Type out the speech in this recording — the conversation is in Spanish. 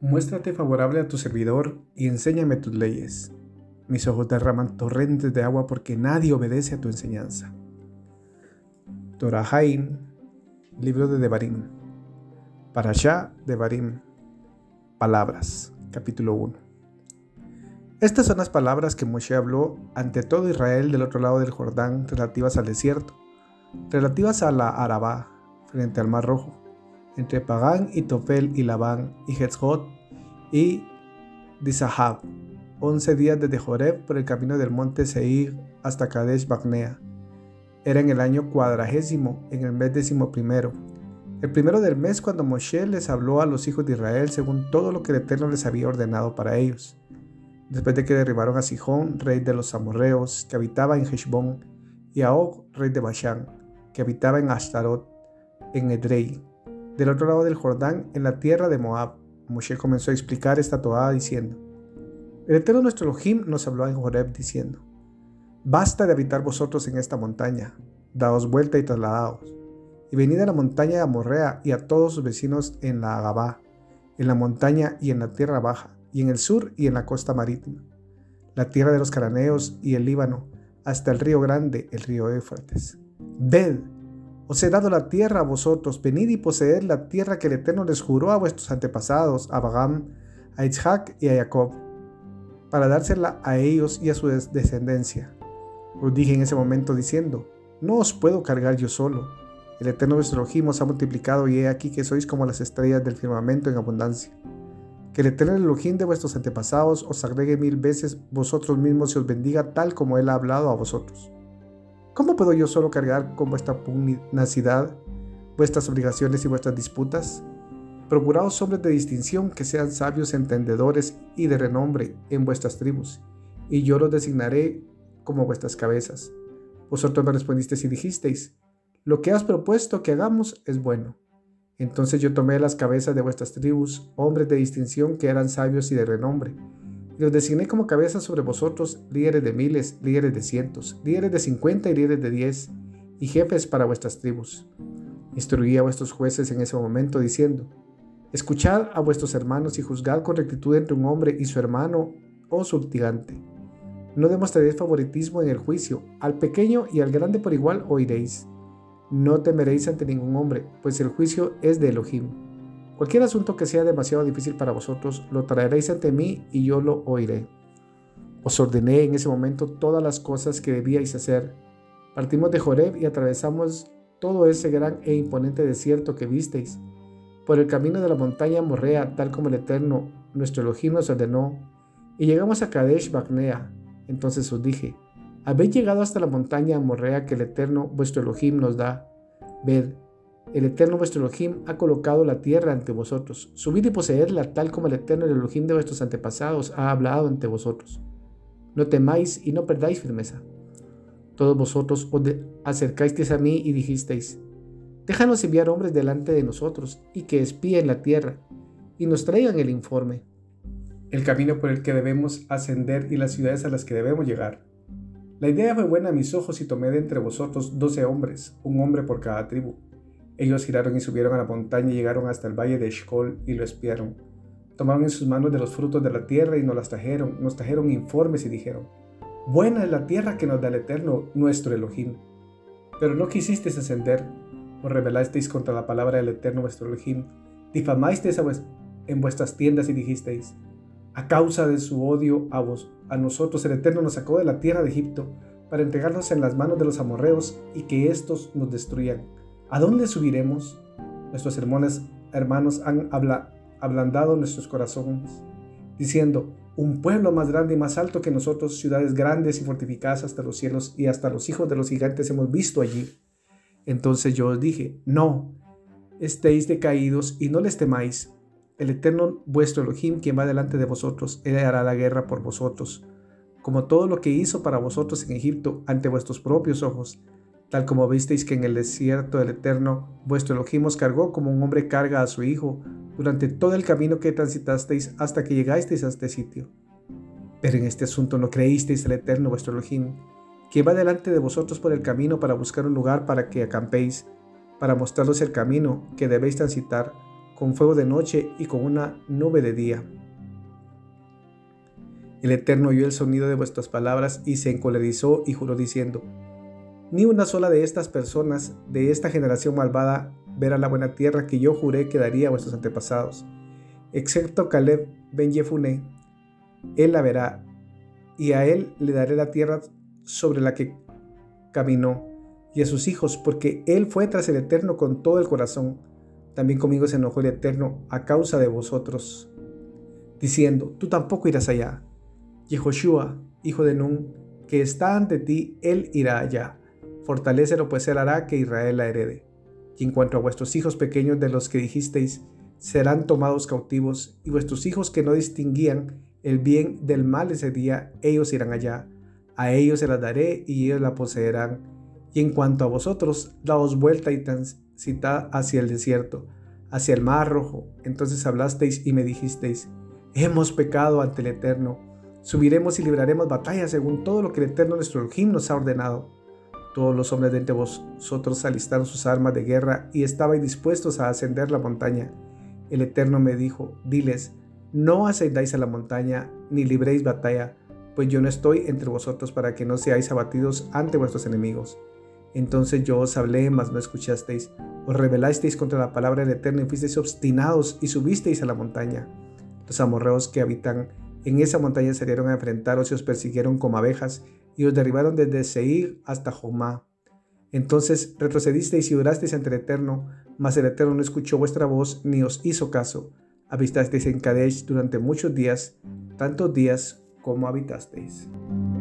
Muéstrate favorable a tu servidor y enséñame tus leyes. Mis ojos derraman torrentes de agua porque nadie obedece a tu enseñanza. Torahaim, libro de Devarim. Parashá Devarim. Palabras, capítulo 1. Estas son las palabras que Moshe habló ante todo Israel del otro lado del Jordán relativas al desierto, relativas a la Arabá, frente al Mar Rojo, entre Pagán y Tofel y Labán y Hetzhot y Dizahab, 11 días desde Joreb por el camino del monte Seir hasta Kadesh Barnea. Era en el año 40, en el mes 11, el primero del mes, cuando Moshe les habló a los hijos de Israel según todo lo que el Eterno les había ordenado para ellos. Después de que derribaron a Sihón, rey de los amorreos, que habitaba en Heshbón, y a Og, rey de Bashán, que habitaba en Ashtarot, en Edrei, del otro lado del Jordán, en la tierra de Moab, Moshe comenzó a explicar esta Torá diciendo: El Eterno nuestro Elohim nos habló en Joreb diciendo: Basta de habitar vosotros en esta montaña, daos vuelta y trasladaos, y venid a la montaña de Amorrea y a todos sus vecinos en la Agabá, en la montaña y en la tierra baja, y en el sur y en la costa marítima, la tierra de los cananeos y el Líbano, hasta el río grande, el río Éufrates. Ved, os he dado la tierra a vosotros, venid y poseed la tierra que el Eterno les juró a vuestros antepasados, a Abraham, a Isaac y a Jacob, para dársela a ellos y a su descendencia. Os dije en ese momento diciendo: No os puedo cargar yo solo. El Eterno vuestro Elohim os ha multiplicado y he aquí que sois como las estrellas del firmamento en abundancia. Que el Eterno Elohim de vuestros antepasados os agregue 1000 veces vosotros mismos y os bendiga tal como Él ha hablado a vosotros. ¿Cómo puedo yo solo cargar con vuestra pugnacidad, vuestras obligaciones y vuestras disputas? Procuraos hombres de distinción que sean sabios, entendedores y de renombre en vuestras tribus, y yo los designaré como vuestras cabezas. Vosotros me respondisteis y dijisteis: Lo que has propuesto que hagamos es bueno. Entonces yo tomé las cabezas de vuestras tribus, hombres de distinción que eran sabios y de renombre, y los designé como cabezas sobre vosotros, líderes de miles, líderes de cientos, líderes de 50 y líderes de 10, y jefes para vuestras tribus. Instruí a vuestros jueces en ese momento diciendo: Escuchad a vuestros hermanos y juzgad con rectitud entre un hombre y su hermano o su litigante. No demostraréis favoritismo en el juicio, al pequeño y al grande por igual oiréis. No temeréis ante ningún hombre, pues el juicio es de Elohim. Cualquier asunto que sea demasiado difícil para vosotros, lo traeréis ante mí y yo lo oiré. Os ordené en ese momento todas las cosas que debíais hacer. Partimos de Joreb y atravesamos todo ese gran e imponente desierto que visteis, por el camino de la montaña Morrea, tal como el Eterno, nuestro Elohim, nos ordenó, y llegamos a Kadesh Barnea. Entonces os dije: Habéis llegado hasta la montaña Morrea que el Eterno, vuestro Elohim, nos da. Ved, el Eterno vuestro Elohim ha colocado la tierra ante vosotros. Subid y poseedla tal como el Eterno, el Elohim de vuestros antepasados, ha hablado ante vosotros. No temáis y no perdáis firmeza. Todos vosotros os acercasteis a mí y dijisteis: Déjanos enviar hombres delante de nosotros y que espíen la tierra y nos traigan el informe, el camino por el que debemos ascender y las ciudades a las que debemos llegar. La idea fue buena a mis ojos y tomé de entre vosotros 12 hombres, un hombre por cada tribu. Ellos giraron y subieron a la montaña y llegaron hasta el valle de Eshcol y lo espiaron. Tomaron en sus manos de los frutos de la tierra y nos trajeron informes y dijeron: Buena es la tierra que nos da el Eterno, nuestro Elohim. Pero no quisisteis ascender, os rebelasteis contra la palabra del Eterno vuestro Elohim, difamasteis en vuestras tiendas y dijisteis: A causa de su odio a nosotros, el Eterno nos sacó de la tierra de Egipto para entregarnos en las manos de los amorreos y que éstos nos destruyan. ¿A dónde subiremos? Nuestros hermanos han ablandado nuestros corazones, diciendo: Un pueblo más grande y más alto que nosotros, ciudades grandes y fortificadas hasta los cielos, y hasta los hijos de los gigantes hemos visto allí. Entonces yo os dije: No estéis decaídos y no les temáis. El Eterno vuestro Elohim, quien va delante de vosotros, Él hará la guerra por vosotros, como todo lo que hizo para vosotros en Egipto ante vuestros propios ojos, tal como visteis que en el desierto el Eterno vuestro Elohim os cargó como un hombre carga a su hijo durante todo el camino que transitasteis hasta que llegasteis a este sitio. Pero en este asunto no creísteis al Eterno vuestro Elohim, quien va delante de vosotros por el camino para buscar un lugar para que acampéis, para mostraros el camino que debéis transitar, con fuego de noche y con una nube de día. El Eterno oyó el sonido de vuestras palabras y se encolerizó y juró diciendo: ni una sola de estas personas de esta generación malvada verá la buena tierra que yo juré que daría a vuestros antepasados, excepto Caleb ben Jefuné. Él la verá, y a él le daré la tierra sobre la que caminó, y a sus hijos, porque él fue tras el Eterno con todo el corazón. También conmigo se enojó el Eterno a causa de vosotros, diciendo: tú tampoco irás allá. Yehoshua, hijo de Nun, que está ante ti, él irá allá. Fortalécelo, pues él hará que Israel la herede. Y en cuanto a vuestros hijos pequeños de los que dijisteis, serán tomados cautivos, y vuestros hijos que no distinguían el bien del mal ese día, ellos irán allá. A ellos se las daré y ellos la poseerán. Y en cuanto a vosotros, daos vuelta y transitad hacia el desierto, hacia el mar rojo. Entonces hablasteis y me dijisteis: hemos pecado ante el Eterno. Subiremos y libraremos batalla según todo lo que el Eterno nuestro Elohim nos ha ordenado. Todos los hombres de entre vosotros alistaron sus armas de guerra y estaban dispuestos a ascender la montaña. El Eterno me dijo: diles, no ascendáis a la montaña, ni libréis batalla, pues yo no estoy entre vosotros para que no seáis abatidos ante vuestros enemigos. Entonces yo os hablé, mas no escuchasteis. Os rebelasteis contra la palabra del Eterno y fuisteis obstinados y subisteis a la montaña. Los amorreos que habitan en esa montaña salieron a enfrentaros y os persiguieron como abejas y os derribaron desde Seir hasta Jomá. Entonces retrocedisteis y orasteis ante el Eterno, mas el Eterno no escuchó vuestra voz ni os hizo caso. Habitasteis en Kadesh durante muchos días, tantos días como habitasteis.